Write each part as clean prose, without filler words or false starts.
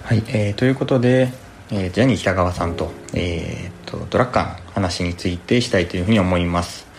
はい、ということで、ジャニー喜多川さんと、ドラッカーの話についてしたいというふうに思います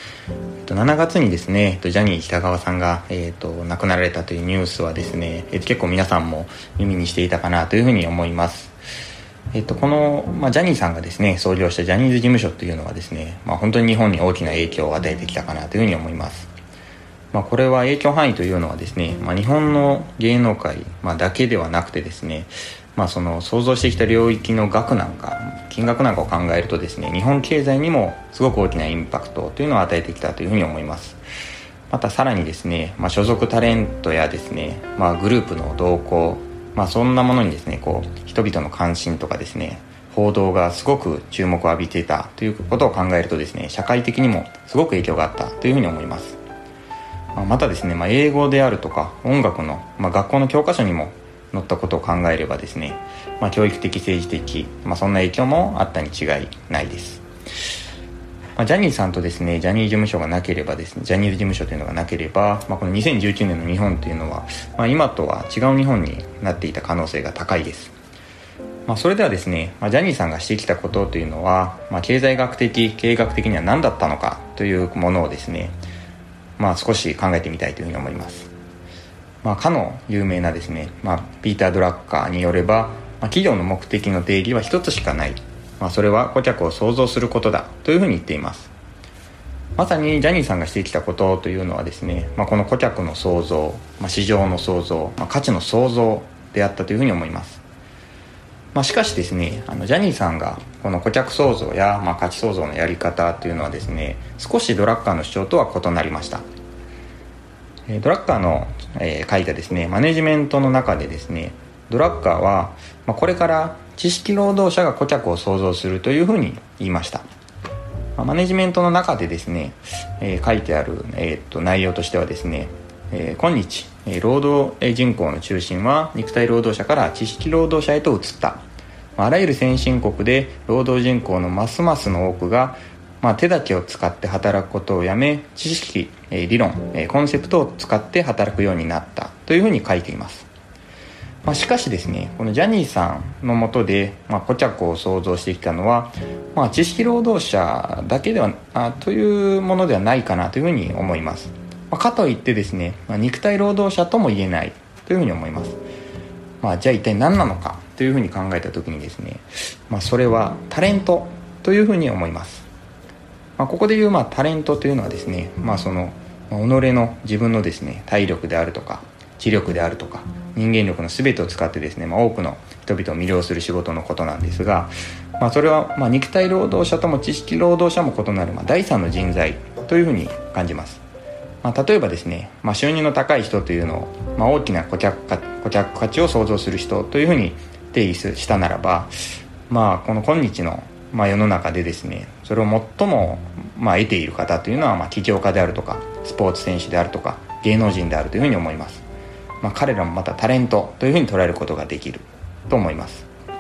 。7月にですね、ジャニー喜多川さんが、亡くなられたというニュースはですね、結構皆さんも耳にしていたかなというふうに思います。この、ジャニーさんがですね創業したジャニーズ事務所というのはですね、本当に日本に大きな影響を与えてきたかなというふうに思います。これは影響範囲というのはですね、日本の芸能界、だけではなくてですね、その想像してきた領域の額なんか金額なんかを考えるとですね、日本経済にもすごく大きなインパクトというのを与えてきたというふうに思います。またさらにですね、所属タレントやですね、グループの動向、そんなものにですね人々の関心とかですね報道がすごく注目を浴びていたということを考えるとですね、社会的にもすごく影響があったというふうに思います。またですね、英語であるとか音楽の、学校の教科書にも載ったことを考えればですね、教育的政治的、そんな影響もあったに違いないです。ジャニーさんとですねジャニー事務所がなければですね、ジャニーズ事務所というのがなければ、この2019年の日本というのは、今とは違う日本になっていた可能性が高いです。それではですね、ジャニーさんがしてきたことというのは、経済学的経営学的には何だったのかというものをですね、少し考えてみたいというふうに思います。かの有名なですね、ピーター・ドラッカーによれば、企業の目的の定義は一つしかない、それは顧客を創造することだというふうに言っています。まさにジャニーさんがしてきたことというのはですね、この顧客の創造、市場の創造、価値の創造であったというふうに思います。しかしですね、ジャニーさんがこの顧客創造や、価値創造のやり方というのはですね、少しドラッカーの主張とは異なりました。ドラッカーの、書いたですねマネジメントの中でですね、ドラッカーは、これから知識労働者が顧客を創造するというふうに言いました。マネジメントの中でですね、書いてある、内容としてはですね、今日、労働人口の中心は肉体労働者から知識労働者へと移った。あらゆる先進国で労働人口のますますの多くが、手だけを使って働くことをやめ、知識、理論、コンセプトを使って働くようになったというふうに書いています。しかしですね、このジャニーさんの下で、顧客を創造してきたのは、知識労働者だけではというものではないかなというふうに思います。かといってですね、肉体労働者とも言えないというふうに思います。じゃあ一体何なのかというふうに考えたときにですね、それはタレントというふうに思います。ここでいうタレントというのはですね、その己の自分のですね体力であるとか知力であるとか人間力の全てを使ってですね、多くの人々を魅了する仕事のことなんですが、それは肉体労働者とも知識労働者も異なる、第三の人材というふうに感じます。例えばですね、収入の高い人というのを、大きな顧客価値を創造する人というふうに定義したならば、この今日の、世の中でですね、それを最も、得ている方というのは、起業家であるとかスポーツ選手であるとか芸能人であるというふうに思います。彼らもまたタレントというふうに捉えることができると思います。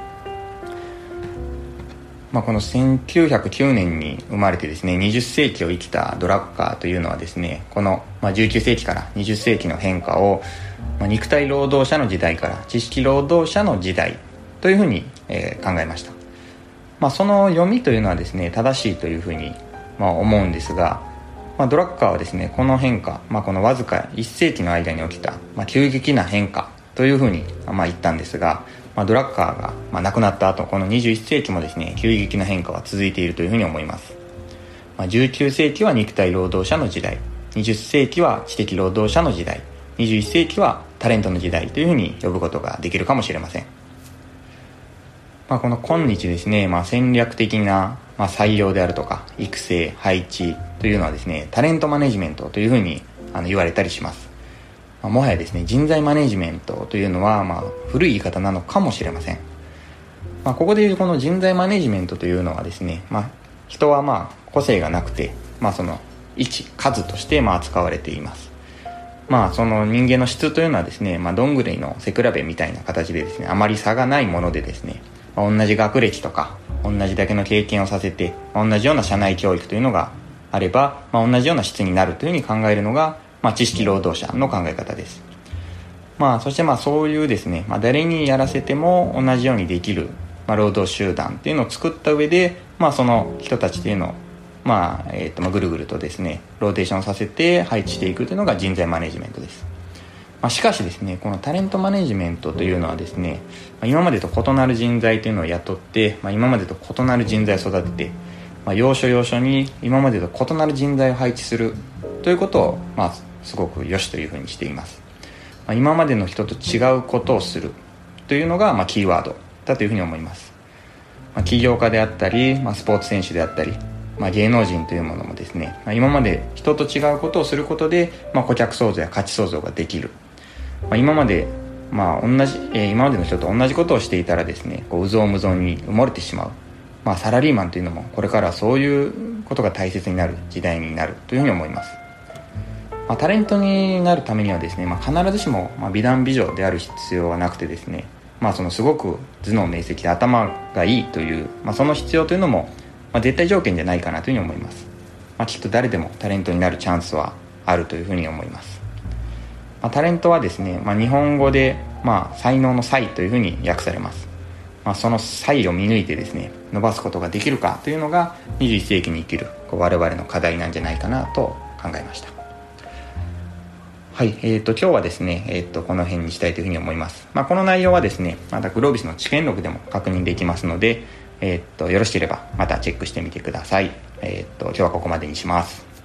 この1909年に生まれてですね、20世紀を生きたドラッカーというのはですね、この19世紀から20世紀の変化を、肉体労働者の時代から知識労働者の時代というふうに、考えました。その読みというのはですね、正しいというふうに、思うんですが、ドラッカーはですね、この変化、このわずか1世紀の間に起きた、急激な変化というふうに、言ったんですが、ドラッカーが、亡くなった後、この21世紀もですね、急激な変化は続いているというふうに思います。19世紀は肉体労働者の時代、20世紀は知的労働者の時代、21世紀はタレントの時代というふうに呼ぶことができるかもしれません。この今日ですね、戦略的な、採用であるとか育成配置というのはですね、タレントマネジメントというふうに言われたりします。もはやですね、人材マネジメントというのは、古い言い方なのかもしれません。ここでいうこの人材マネジメントというのはですね、人は個性がなくて、その数として扱われています。その人間の質というのはですね、どんぐりの背比べみたいな形でですね、あまり差がないものでですね、同じ学歴とか同じだけの経験をさせて、同じような社内教育というのがあれば、同じような質になるというふうに考えるのが、知識労働者の考え方です。 そしてそういうですね、誰にやらせても同じようにできる、労働集団っていうのを作った上で、その人たちっていうのを、ぐるぐるとですねローテーションさせて配置していくというのが人材マネジメントです。しかしですね、このタレントマネジメントというのはですね、今までと異なる人材というのを雇って、今までと異なる人材を育てて、要所要所に今までと異なる人材を配置するということを、すごく良しというふうにしています。今までの人と違うことをするというのが、キーワードだというふうに思います。起業家であったり、スポーツ選手であったり、芸能人というものもですね、今まで人と違うことをすることで、顧客創造や価値創造ができる。今まで今までの人と同じことをしていたらですね、うぞうむぞうに埋もれてしまう。サラリーマンというのもこれからはそういうことが大切になる時代になるというふうに思います。タレントになるためにはですね、必ずしも美男美女である必要はなくてですね、そのすごく頭脳明晰で頭がいいという、その必要というのも、絶対条件じゃないかなというふうに思います。きっと誰でもタレントになるチャンスはあるというふうに思います。タレントはですね、日本語で、才能の才というふうに訳されます。その才を見抜いてですね伸ばすことができるかというのが21世紀に生きる我々の課題なんじゃないかなと考えました。はい、今日はですね、この辺にしたいというふうに思います。この内容はですね、またグロービスの知見録でも確認できますので、よろしければまたチェックしてみてください。今日はここまでにします。